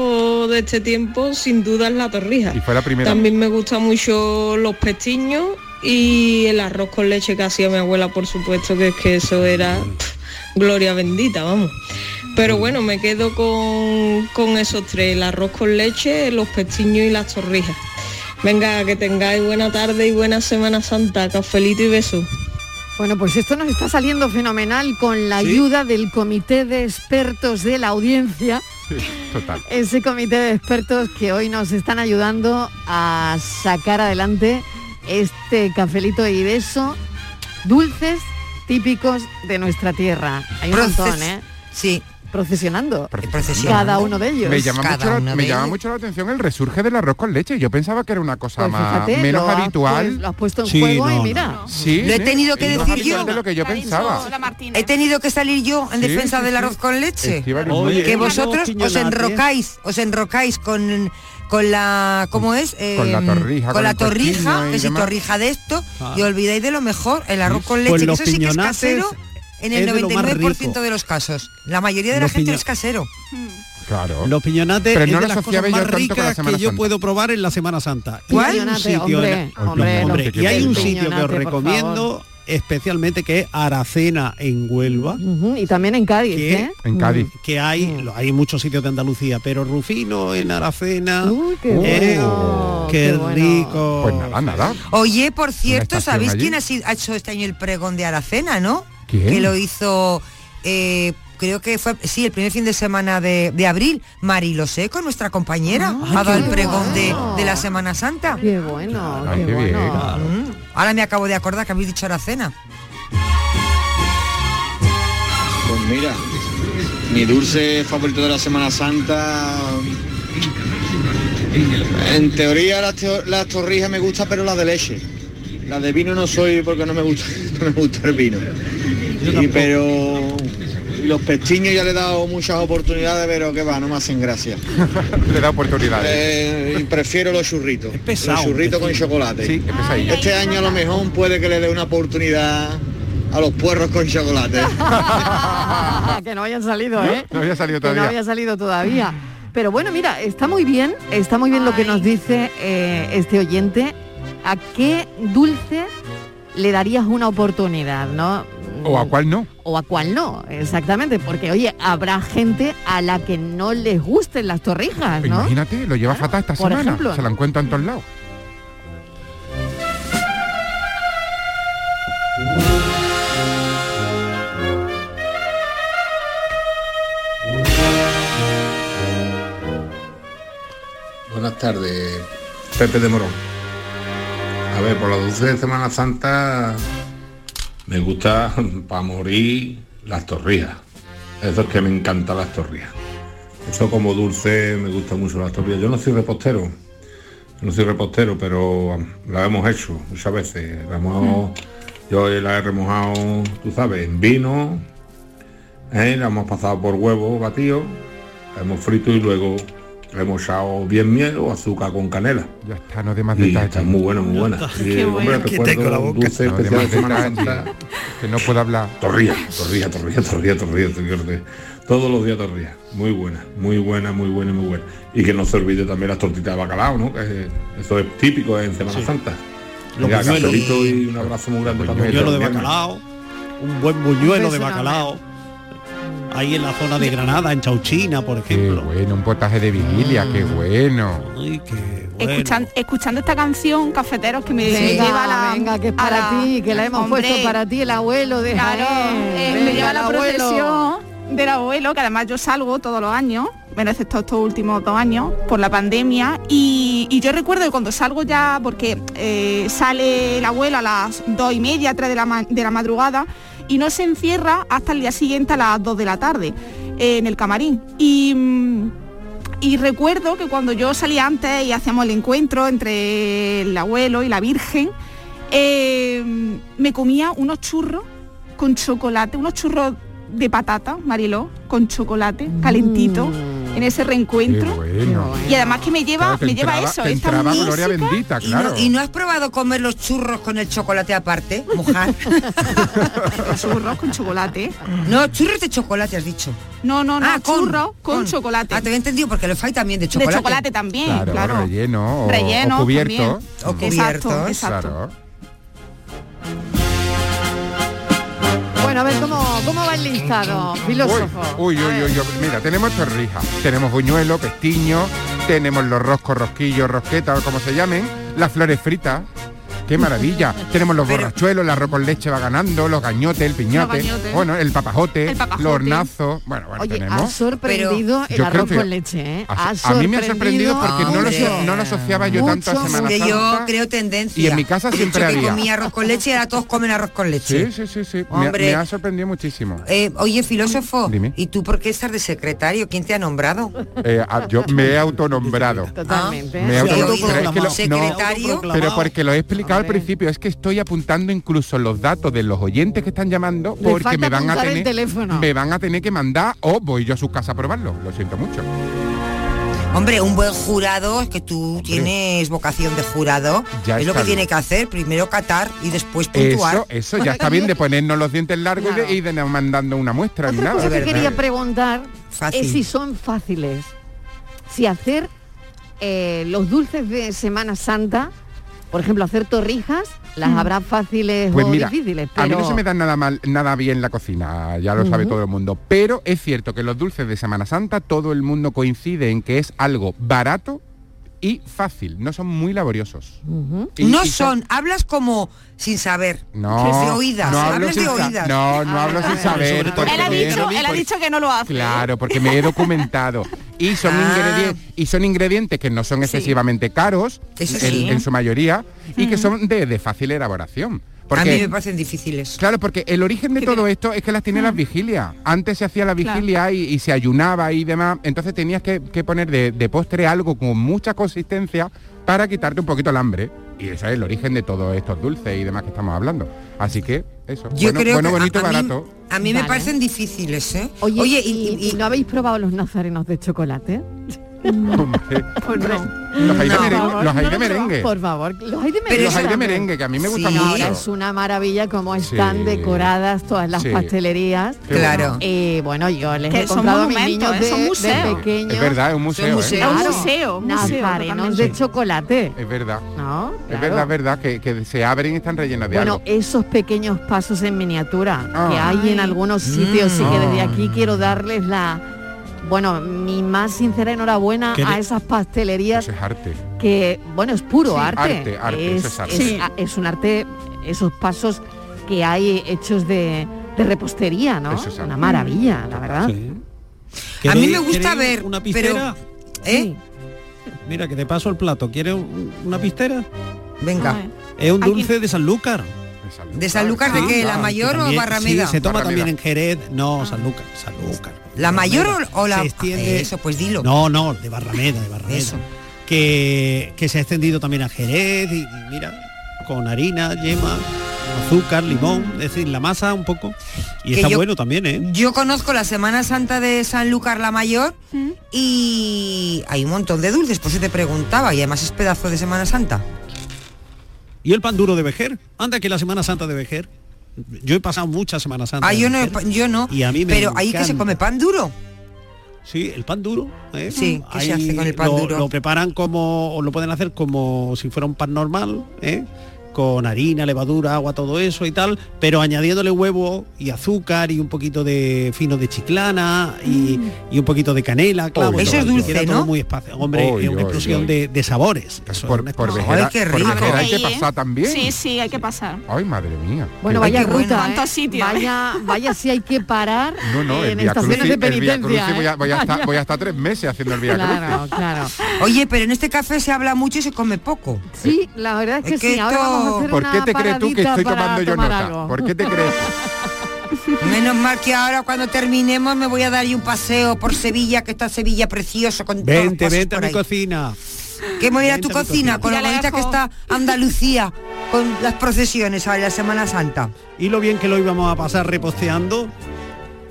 favorito de este tiempo sin duda es la torrija. Y fue la primera. También me gustan mucho los pestiños y el arroz con leche que hacía mi abuela, por supuesto, que es que eso era gloria bendita, vamos. Pero bueno, me quedo con esos tres, el arroz con leche, los pestiños y las torrijas. Venga, que tengáis buena tarde y buena Semana Santa, cafelito y besos. Bueno, pues esto nos está saliendo fenomenal con la ayuda del comité de expertos de la audiencia. Sí, total. Ese comité de expertos que hoy nos están ayudando a sacar adelante este cafelito y beso, dulces típicos de nuestra tierra. Hay un montón, ¿eh? Sí. Procesionando cada uno de ellos. Me llama mucho la atención el resurge del arroz con leche. Yo pensaba que era una cosa pues fíjate, menos habitual. Lo has puesto en juego y mira. Sí, lo he tenido que decir yo. De lo que yo pensaba. He tenido que salir yo en defensa del arroz con leche. Oye, que vosotros os enrocáis con la ¿cómo es? Con la torrija. Con la torrija, que si torrija de esto, y olvidáis de lo mejor, el arroz con leche, pues que eso sí que es casero. En el 99% de los casos. La mayoría de la gente es casero. Claro. Los piñonates pero no es de las cosas más ricas que yo puedo probar en la Semana Santa. ¿Cuál? Hombre, y hay un sitio que os recomiendo especialmente, que es Aracena en Huelva. Y también en Cádiz, En Cádiz. Que hay muchos sitios de Andalucía, pero Rufino en Aracena. Qué rico. Pues nada. Oye, por cierto, ¿sabéis quién ha hecho este año el pregón de Aracena, no? ¿Quién? Que lo hizo, creo que fue, el primer fin de semana de abril. Marilo Seco, nuestra compañera, ha dado el pregón de la Semana Santa. Qué bueno, qué bueno. Ahora me acabo de acordar que habéis dicho Aracena. Pues mira, mi dulce favorito de la Semana Santa, en teoría las torrijas me gusta, pero las de leche. La de vino no soy, porque no me gusta el vino. Pero los pestiños ya le he dado muchas oportunidades, pero que va, no me hacen gracia. Le da oportunidades. Y prefiero los churritos. Es pesado, los churritos con chocolate. Sí, es pesadillo. Este año a lo mejor puede que le dé una oportunidad a los puerros con chocolate. Que no hayan salido, ¿eh? No había salido todavía. Que no había salido todavía. Pero bueno, mira, está muy bien lo que nos dice este oyente. ¿A qué dulce le darías una oportunidad, no? ¿O a cuál no? O a cuál no, exactamente, porque oye, habrá gente a la que no les gusten las torrijas, ¿no? Imagínate, lo lleva fatal esta semana, ejemplo. Se la encuentra en todos lados. Buenas tardes, Pepe de Morón. A ver, por la dulce de Semana Santa me gusta para morir las torrijas. Eso es que me encantan las torrijas. Eso como dulce me gusta mucho las torrijas. Yo no soy repostero, pero la hemos hecho muchas veces. Yo la he remojado, tú sabes, en vino, la hemos pasado por huevo batido, la hemos frito y luego le hemos echado bien miel o azúcar con canela. Ya está, no de más detalles. Está muy bueno. Y, hombre, recuerdo dulce especial de Semana Santa. Que no puedo hablar. Torrija. Todos los días torrija. Muy buena. Y que no se olvide también las tortitas de bacalao, ¿no? Que eso es típico en Semana Santa. Cafelito y un abrazo muy grande para todos. Un buñuelo de bacalao. Un buen buñuelo de bacalao. Ahí en la zona de Granada, en Chauchina, por ejemplo. Qué bueno, un potaje de vigilia, qué bueno. Ay, qué bueno. Escuchando esta canción, cafeteros, que me lleva la... Venga, que es para ti, que la hemos puesto para ti, el abuelo de Jaén. Me lleva la procesión del abuelo, que además yo salgo todos los años, bueno, excepto estos últimos 2 años, por la pandemia, y yo recuerdo que cuando salgo ya, porque sale el abuelo a las 2:30, 3 de la madrugada, y no se encierra hasta el día siguiente a las 2 de la tarde en el camarín. Y recuerdo que cuando yo salía antes y hacíamos el encuentro entre el abuelo y la Virgen, me comía unos churros con chocolate, unos churros de patata, Mariló, con chocolate calentito, en ese reencuentro. Bueno. Y además que me lleva eso, esta música. Gloria bendita, claro. ¿Y no has probado comer los churros con el chocolate aparte, mojar? Churros con chocolate. No, churros de chocolate has dicho. No, churros con chocolate. Te había entendido porque los hay también de chocolate. De chocolate también, claro. Relleno, relleno o cubierto. También. O cubiertos. Exacto. Claro. Bueno, a ver cómo va el listado, filósofo. Uy, mira, tenemos torrijas, tenemos buñuelo, pestiño, tenemos los rosquillos, rosquetas, o como se llamen, las flores fritas. ¡Qué maravilla! Tenemos los borrachuelos, el arroz con leche va ganando, los gañotes, el piñote, bueno, el papajote, los hornazos. Bueno, oye, tenemos. Ha sorprendido el arroz con leche, ¿eh? A mí me ha sorprendido porque no lo asociaba yo tanto a Semana Santa. Yo creo tendencia. Y en mi casa siempre había. Que comía arroz con leche y ahora todos comen arroz con leche. Sí. Me ha sorprendido muchísimo. Oye, filósofo, dime. ¿Y tú por qué estás de secretario? ¿Quién te ha nombrado? Yo me he autonombrado. Totalmente. Me he autonombrado. Secretario. Pero porque lo he explicado al principio, es que estoy apuntando incluso los datos de los oyentes que están llamando porque me van a tener que mandar o voy yo a su casa a probarlo. Lo siento mucho. Hombre, un buen jurado, es que tú tienes vocación de jurado, es lo que tiene que hacer, primero catar y después puntuar. Eso ya está bien de ponernos los dientes largos y de mandando una muestra. Otra cosa que quería preguntar Fácil. es si son fáciles, si hacer los dulces de Semana Santa, por ejemplo, hacer torrijas, las habrá fáciles pues o mira, difíciles. Pero... A mí no se me da nada bien la cocina, ya lo sabe todo el mundo. Pero es cierto que los dulces de Semana Santa todo el mundo coincide en que es algo barato y fácil, no son muy laboriosos. Hablas como sin saber. No, de oídas. No hablo sin oídas. No hablo sin saber. Él ha dicho que no lo hace. Claro, porque me he documentado. Y son ingredientes que no son excesivamente caros, en su mayoría, y que son de fácil elaboración. Porque, a mí me parecen difíciles. Claro, porque el origen de todo esto es que las tiene las vigilias. Antes se hacía la vigilia y se ayunaba y demás, entonces tenías que poner de postre algo con mucha consistencia para quitarte un poquito el hambre. Y eso es el origen de todos estos dulces y demás que estamos hablando. Así que eso, bonito y barato. A mí me parecen difíciles, ¿eh? Oye, ¿y no habéis probado los nazarenos de chocolate? Hombre. Los hay de merengue. Por favor, los hay de merengue. Los hay de merengue, que a mí me gustan mucho. Es una maravilla como están decoradas todas las pastelerías. Claro. Bueno, yo les he comprado a mis niños de pequeños. Es verdad, es un museo. Es un museo. Nazarenos de chocolate. Es verdad. ¿No? Claro. Es verdad que se abren y están rellenos de algo. Bueno, esos pequeños pasos en miniatura que hay en algunos sitios y que desde aquí quiero darles mi más sincera enhorabuena a esas pastelerías. Eso es arte. Que, es puro arte. Eso es arte. Es un arte, esos pasos que hay hechos de repostería, ¿no? Eso es una maravilla, la verdad. Sí. A mí me gusta ver, una pistera. Pero, Mira, que te paso el plato. ¿Quieres una pistera? Venga. Es un dulce de Sanlúcar. ¿De Sanlúcar de qué? ¿La Mayor o Barrameda? Sí, se toma también en Jerez. No, Sanlúcar. ¿La Mayor o la...? Se extiende... Eso, pues dilo. No, de Barrameda. Eso. Que se ha extendido también a Jerez y mira, con harina, yema, azúcar, limón, es decir, la masa un poco. Y está bueno también, ¿eh? Yo conozco la Semana Santa de Sanlúcar la Mayor y hay un montón de dulces, por eso te preguntaba, y además es pedazo de Semana Santa. ¿Y el pan duro de Vejer? Anda que la Semana Santa de Vejer. Yo he pasado muchas Semanas Santas. Yo no. Y a mí me Pero encanta. ahí que se come pan duro. Sí, el pan duro. Sí, ¿qué se hace con el pan duro? Lo preparan o lo pueden hacer como si fuera un pan normal, con harina, levadura, agua, todo eso y tal, pero añadiéndole huevo y azúcar y un poquito de fino de chiclana y un poquito de canela, claro. Eso es dulce, ¿no? Todo muy espacio. Hombre, es una explosión de sabores. Por Vejer hay que pasar también. Sí, hay que pasar. Ay, madre mía. Bueno, vaya ruta, ¿cuántos sitios? Vaya si hay que parar en el estaciones de penitencia. Voy a estar 3 meses haciendo el Vía Crucis. Claro. Oye, pero en este café se habla mucho y se come poco. Sí, la verdad es que sí. Ahora vamos a hacer ¿Por qué te crees tú que estoy tomando yo nota? Algo. ¿Por qué te crees? Menos mal que ahora cuando terminemos me voy a dar un paseo por Sevilla, que está Sevilla precioso con vente a mi cocina. Que me voy a ir a tu cocina con lo bonita que está Andalucía con las procesiones a la Semana Santa. Y lo bien que lo íbamos a pasar reposteando.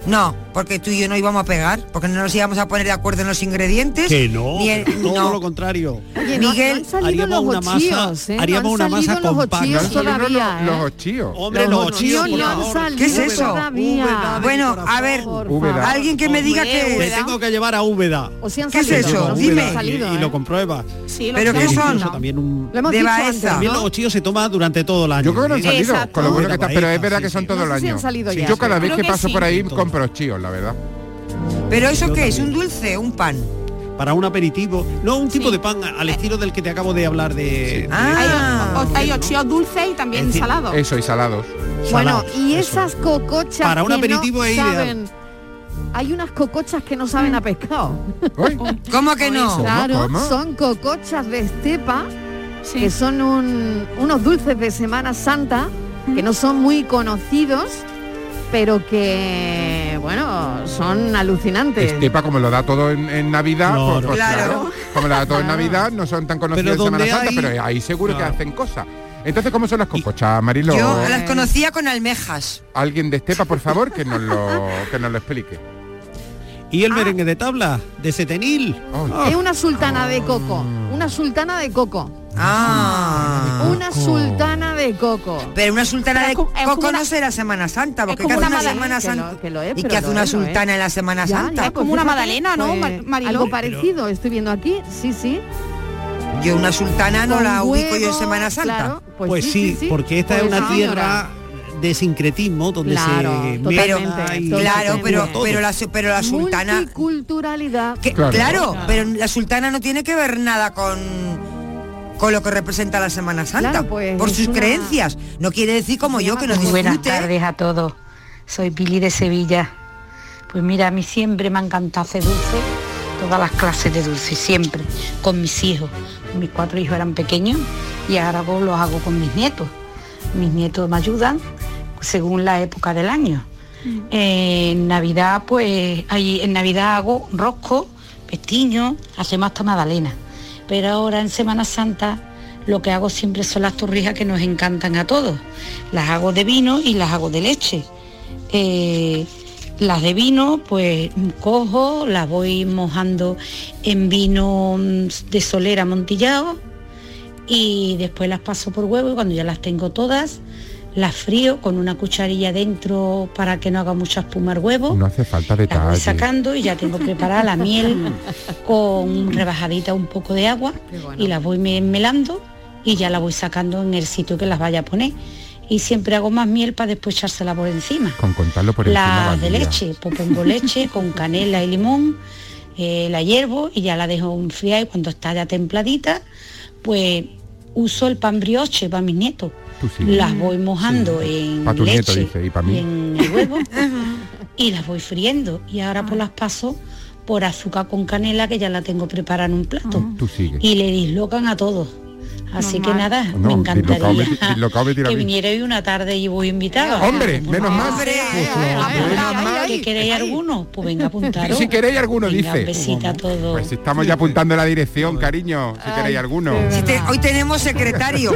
No, porque tú y yo no íbamos a pegar, porque no nos íbamos a poner de acuerdo en los ingredientes. Que no, todo lo contrario. Oye, Miguel, haríamos una masa, haríamos una masa con pan. Los ochíos. Hombre, los ochíos, no han salido. ¿Qué es eso? Todavía. Bueno, a ver, alguien que me diga que te tengo que llevar a Úbeda. ¿Qué es eso? Dime. Y lo comprueba. Sí, ¿pero qué son? También de Baeza. También los ochíos se toman durante todo el año. Yo creo que no han salido, con lo bueno que está, pero es verdad que son todo el año. Yo cada vez que paso por ahí compro ochíos, la verdad. ¿Pero eso qué es? ¿Un dulce? ¿Un pan? Para un aperitivo. No, un tipo de pan al estilo del que te acabo de hablar de... Hay ochíos dulces y también salados. Eso, y salados. Bueno, y esas cocochas para un aperitivo que es no ideal. saben... Hay unas cocochas que no saben a pescado. ¿Cómo que no? Claro, son cocochas de estepa, que son unos dulces de Semana Santa, que no son muy conocidos, pero que, bueno, son alucinantes. Estepa, como lo da todo en Navidad, pues claro, como lo da todo en Navidad, no son tan conocidos en Semana Santa, pero ahí seguro que hacen cosas. Entonces, ¿cómo son las cocochas, Marilo? Yo las conocía con almejas. Alguien de Estepa, por favor, que nos lo explique. ¿Y el merengue de tabla? ¿De setenil? Es una sultana de coco. Una sultana de coco. Una sultana de coco. Pero una sultana de coco no será Semana Santa, porque ¿qué hace una Semana Santa? ¿Y qué hace una sultana en la Semana Santa? Es como una magdalena, ¿no, Mariló? Algo parecido, estoy viendo aquí, sí. Yo una sultana no la ubico yo en Semana Santa. Claro, pues sí, porque esta es una tierra de sincretismo donde se mezcla y pero la sultana, multiculturalidad, claro, pero la sultana no tiene que ver nada con lo que representa la Semana Santa, claro, pues, por sus creencias. No quiere decir como yo que no disfrute. Buenas tardes a todos. Soy Pili de Sevilla. Pues mira, a mí siempre me ha encantado hacer dulce, todas las clases de dulce, siempre, con mis hijos. Mis 4 hijos eran pequeños y ahora pues los hago con mis nietos. Mis nietos me ayudan según la época del año. En Navidad, pues en Navidad hago rosco, pestiño, hacemos hasta magdalena. Pero ahora en Semana Santa lo que hago siempre son las torrijas, que nos encantan a todos. Las hago de vino y las hago de leche. Las de vino, pues cojo, las voy mojando en vino de solera amontillado y después las paso por huevo, y cuando ya las tengo todas, las frío con una cucharilla dentro para que no haga mucha espuma el huevo. No hace falta detalle. Las voy sacando y ya tengo preparada la miel con rebajadita un poco de agua, y las voy melando y ya la voy sacando en el sitio que las vaya a poner. Y siempre hago más miel para después echársela por encima. Con contarlo por encima. La de leche, pues pongo leche con canela y limón, la hiervo y ya la dejo enfriar, y cuando está ya templadita, pues uso el pan brioche para mis nietos. Las voy mojando en pa tu leche nieto, dice, y para mí. en el huevo y las voy friendo, y ahora pues las paso por azúcar con canela, que ya la tengo preparada en un plato. Tú sigues. Y le dislocan a todos. Así que nada, me encantaría que viniera hoy una tarde y voy invitada. Hombre, menos mal. ¿Que queréis alguno? Pues venga, apuntaros. Si queréis alguno, venga, dice. Besita a todos. Pues estamos ya apuntando la dirección, cariño. Si queréis alguno. Hoy tenemos secretario.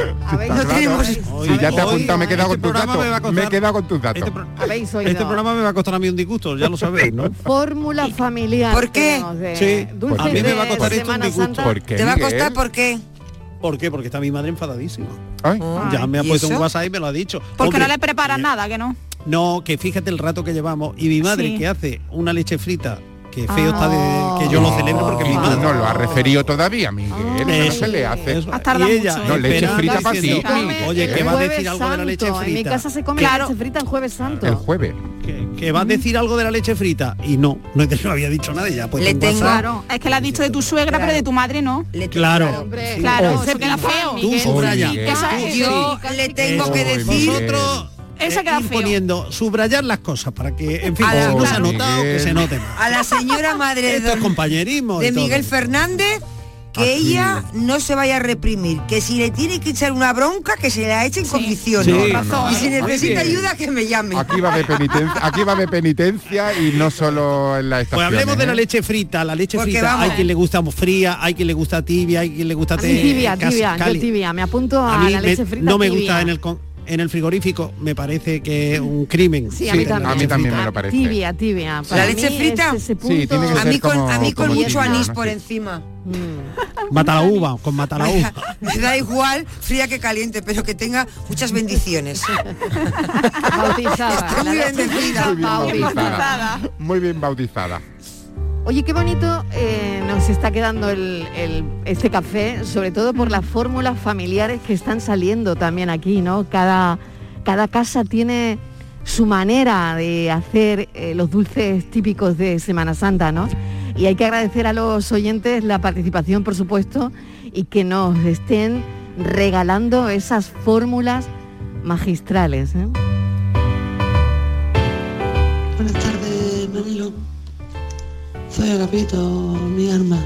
Si ya te he apuntado, me he quedado con tus datos. Me he quedado con tus datos. Este programa me va a costar a mí un disgusto, ya lo sabéis, ¿no? Fórmula familiar. ¿Por qué? Sí, a mí me va a costar esto un disgusto. ¿Por qué, ¿Te va a costar por qué? ¿Por qué? Porque está mi madre enfadadísima. Ay. Ya me ha puesto un WhatsApp y me lo ha dicho. Porque no le preparas nada, que no. No, que fíjate el rato que llevamos. Y mi madre, que hace una leche frita, que feo está de que yo lo celebro, porque mi madre no lo ha referido todavía, Miguel. No se le hace. Y ella, no, leche frita para ti. Oye, que va a decir algo de la leche frita. En mi casa se come leche frita en Jueves Santo. El jueves. Que va a decir algo de la leche frita. Y no había dicho nada, ya pues. Claro, es que le has dicho de tu suegra, pero de tu madre no. Claro. Claro, se queda feo. Tú subraya. Yo le tengo que decir. Nosotros Eso queda feo. Poniendo, subrayar las cosas para que, en fin, si no se ha notado, que se note más. A la señora madre compañerismo de Miguel Fernández, que ella no se vaya a reprimir, que si le tiene que echar una bronca, que se la eche en condiciones. Y si necesita ayuda, que me llame. Aquí va a haber penitencia y no solo en la estación. Pues hablemos de la leche frita. La leche porque frita, hay quien le gusta fría, hay quien le gusta tibia, hay quien le gusta tibia, yo tibia, me apunto a la leche frita. No me tibia. gusta en el en el frigorífico me parece que es un crimen. Sí, a mí también me lo parece. Tibia. ¿La leche frita? Sí, tiene que ser a mí con mucho anís por sé. encima. Mata la uva, con mata la uva. Me da igual fría que caliente, pero que tenga muchas bendiciones. Bautizada. Está muy bendecida. Muy bien bautizada. Oye, qué bonito nos está quedando este café, sobre todo por las fórmulas familiares que están saliendo también aquí, ¿no? Cada casa tiene su manera de hacer los dulces típicos de Semana Santa, ¿no? Y hay que agradecer a los oyentes la participación, por supuesto, y que nos estén regalando esas fórmulas magistrales, ¿eh? Buenas tardes, Manilo. Soy Agapito, mi alma.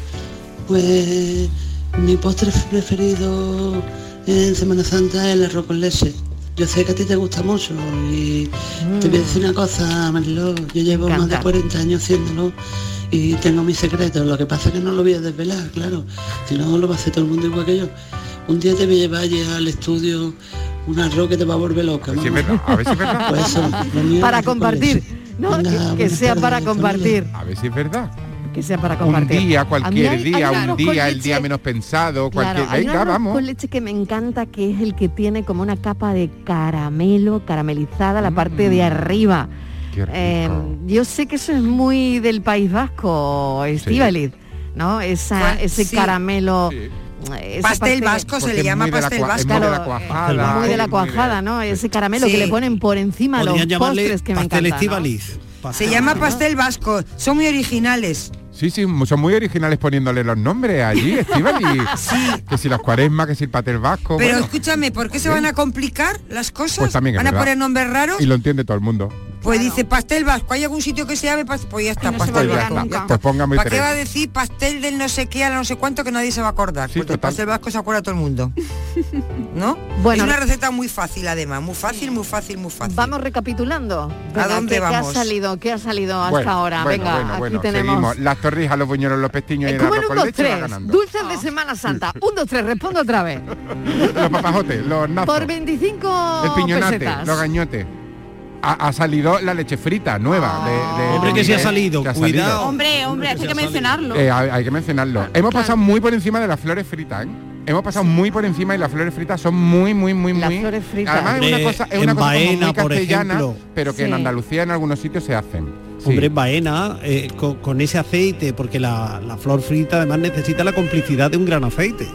Pues mi postre preferido en Semana Santa es el arroz con leche. Yo sé que a ti te gusta mucho y te voy a decir una cosa, Mariló. Yo llevo más de 40 años haciéndolo y tengo mis secretos. Lo que pasa es que no lo voy a desvelar, claro. Si no, lo va a hacer todo el mundo igual que yo. Un día te voy a llevar allí al estudio un arroz que te va a volver loca. A ver si es verdad, a ver si es verdad. Pues eso, lo mío para es arroz con compartir, leche. ¿no? Venga, que sea para compartir. A ver si es verdad. Que sea para compartir. Un día, cualquier día, un día, el día menos pensado, claro, cualquier. Venga, vamos. Con leche que me encanta, que es el que tiene como una capa de caramelo, caramelizada, la parte de arriba. Qué rico. Yo sé que eso es muy del País Vasco, Estíbaliz, ¿no? Ese caramelo. Sí. Pastel vasco se le llama pastel vasco. Muy de la cuajada. Muy de la cuajada, ¿no? Ese caramelo que le ponen por encima los postres que me encantan. Estíbaliz. Se llama pastel vasco. Son muy originales. Sí, son muy originales poniéndole los nombres allí, Estíbaliz. Sí. Que si las cuaresmas, que si el pastel vasco. Pero bueno. Escúchame, ¿por qué se van a complicar las cosas? Pues también ¿Van a poner nombres raros? Y lo entiende todo el mundo. Pues dice pastel vasco. ¿Hay algún sitio que se llame pastel? Pues ya está, pastel vasco. Pues ponga muy ¿Para qué va a decir pastel del no sé qué a no sé cuánto que nadie se va a acordar? Sí, porque el pastel vasco se acuerda todo el mundo. ¿No? Bueno, es una receta muy fácil además, muy fácil. Vamos recapitulando. Venga, ¿A dónde vamos? ¿Qué ha salido hasta ahora? Venga, aquí tenemos. Seguimos. Las torrijas, los buñuelos, los pestiños y el arroz con leche va ganando. Dulces de Semana Santa. 1, 2, 3, respondo otra vez. Los papajotes, los nazos. Por 25 el piñonate, pesetas. los gañotes. Ha salido la leche frita nueva. Hombre, que sí ha salido, cuidado. Hombre, hay que mencionarlo. Hay que mencionarlo. Hemos pasado muy por encima de las flores fritas, ¿eh? Hemos pasado muy por encima y las flores fritas son muy. Las flores fritas. Además es una cosa como Baena, muy castellana, por ejemplo, pero que en Andalucía en algunos sitios se hacen. Sí. Hombre, en Baena, con ese aceite, porque la flor frita además necesita la complicidad de un gran aceite.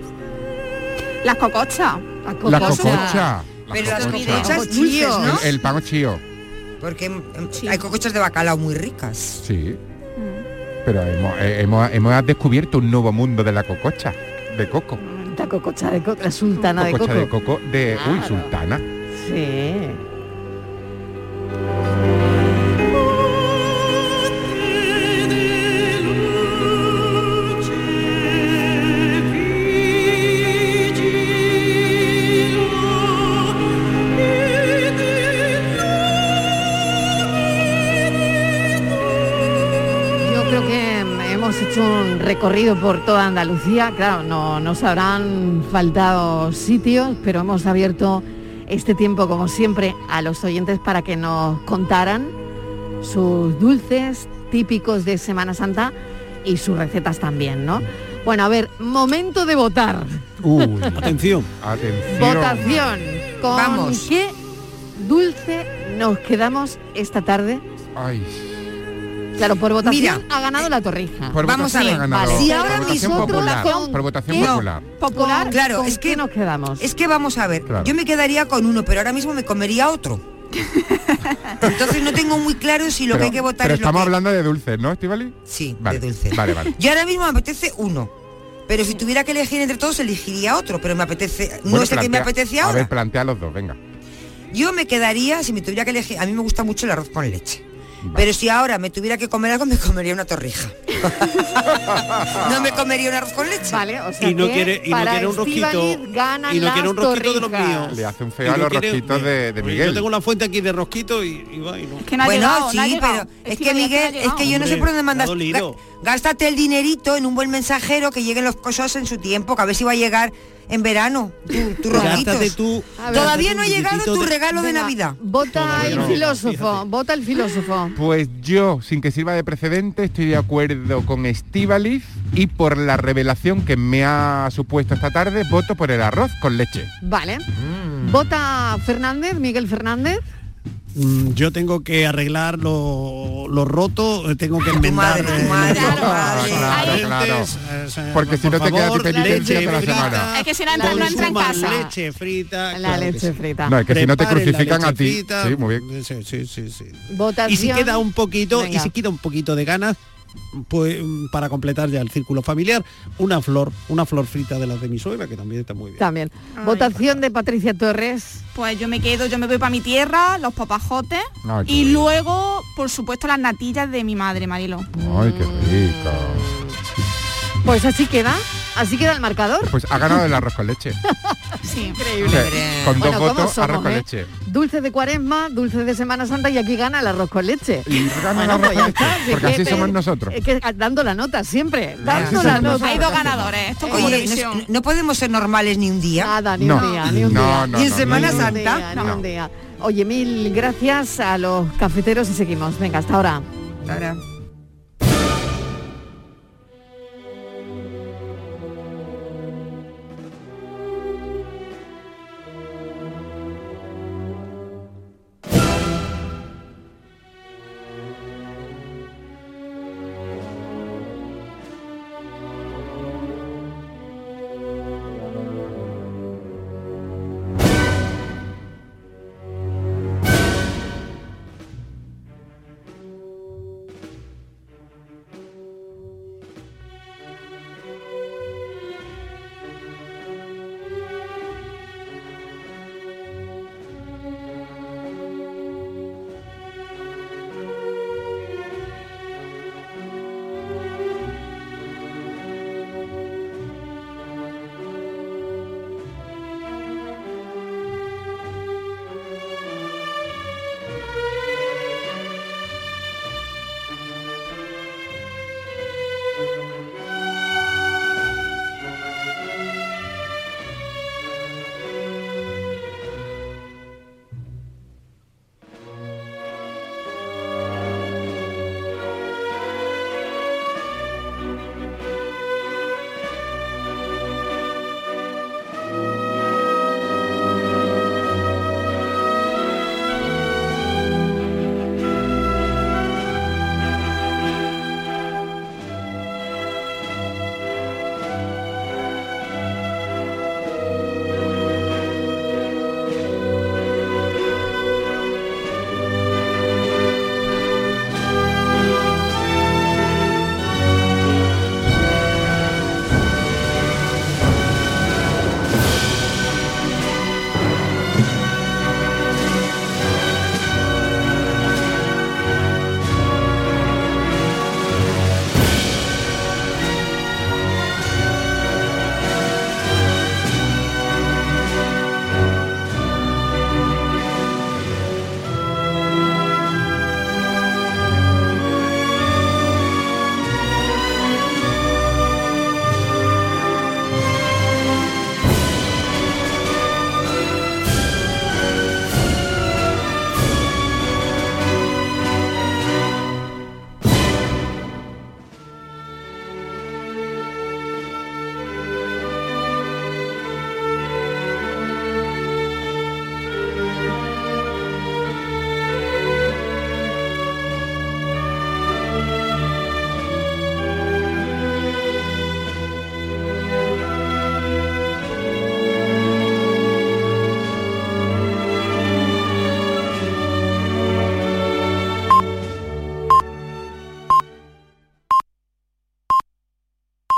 Las cocochas. Las cocochas. Pero las cocochas dulces, ¿no? El pan chío. Porque hay cocochas de bacalao muy ricas. Sí. Pero hemos descubierto un nuevo mundo de la cococha, de coco. La cococha de coco, la sultana de coco. Cococha de coco de... Claro. Uy, sultana. Sí. Hecho un recorrido por toda Andalucía, claro, no nos habrán faltado sitios, pero hemos abierto este tiempo, como siempre, a los oyentes para que nos contaran sus dulces típicos de Semana Santa y sus recetas también, ¿no? Bueno, a ver, momento de votar. Atención. Votación. ¿Con Vamos. qué dulce nos quedamos esta tarde? Ay. Claro, por votación Mira, ha ganado la torrija. Vamos a ver, vale. si ahora nosotros por votación popular, claro, ¿con es qué que nos quedamos? Es que vamos a ver, Claro. yo me quedaría con uno, pero ahora mismo me comería otro. Entonces no tengo muy claro si lo que hay que votar pero es lo estamos que... hablando de dulces, ¿no, Estíbaliz? Sí, vale, de dulces. Vale. Yo ahora mismo me apetece uno. Pero si tuviera que elegir entre todos, elegiría otro, pero me apetece... Bueno, no es el que me apetece ahora. A ver, plantea los dos, venga. Yo me quedaría, si me tuviera que elegir... A mí me gusta mucho el arroz con leche. Vale. Pero si ahora me tuviera que comer algo, me comería una torrija. No me comería un arroz con leche. Vale, o sea Y no que quiere para un rosquito. Estíbaliz ganan Y no quiere un las rosquito de los torrijas. míos. Le hace un feo a los rosquitos de Miguel. Yo tengo la fuente aquí de rosquito y va y no. Es que no ha Bueno, llegado, sí, no ha llegado. pero es que Miguel, es que yo no sé por dónde mandas. Gástate el dinerito en un buen mensajero, que lleguen los cosas en su tiempo, que a ver si va a llegar en verano, tu regalitos. Todavía no ha llegado tu regalo de Navidad. Vota el filósofo, vota el filósofo. Pues yo, sin que sirva de precedente, estoy de acuerdo con Estíbaliz y por la revelación que me ha supuesto esta tarde, voto por el arroz con leche. Vale. Vota Fernández, Miguel Fernández. Yo tengo que arreglar lo roto, tengo que enmendar. Claro. Porque si no te queda tu penitencia de la semana. Es que si no entra en casa. Leche frita. La leche frita. No, es que si no te crucifican a ti. Sí, muy bien. Sí. Votación. Y si queda un poquito de ganas, pues para completar ya el círculo familiar, una flor frita de las de mi suegra, que también está muy bien. También. Votación de Patricia Torres. Pues yo me voy para mi tierra, los papajotes y luego, por supuesto, las natillas de mi madre, Marilo. Ay, qué rico. Pues así queda el marcador. Pues ha ganado el arroz con leche. Sí, increíble. O sea, con dos votos, arroz con leche. Dulce de Cuaresma, dulce de Semana Santa y aquí gana el arroz con leche. Y gana el arroz con leche, porque así somos nosotros. Es que dando la nota siempre, dando la nota. Hay dos ganadores. Esto como no podemos ser normales ni un día. Nada, ni un día. Ni en Semana Santa. Ni un día. Oye, mil gracias a los cafeteros y seguimos. Venga, hasta ahora. Hasta ahora.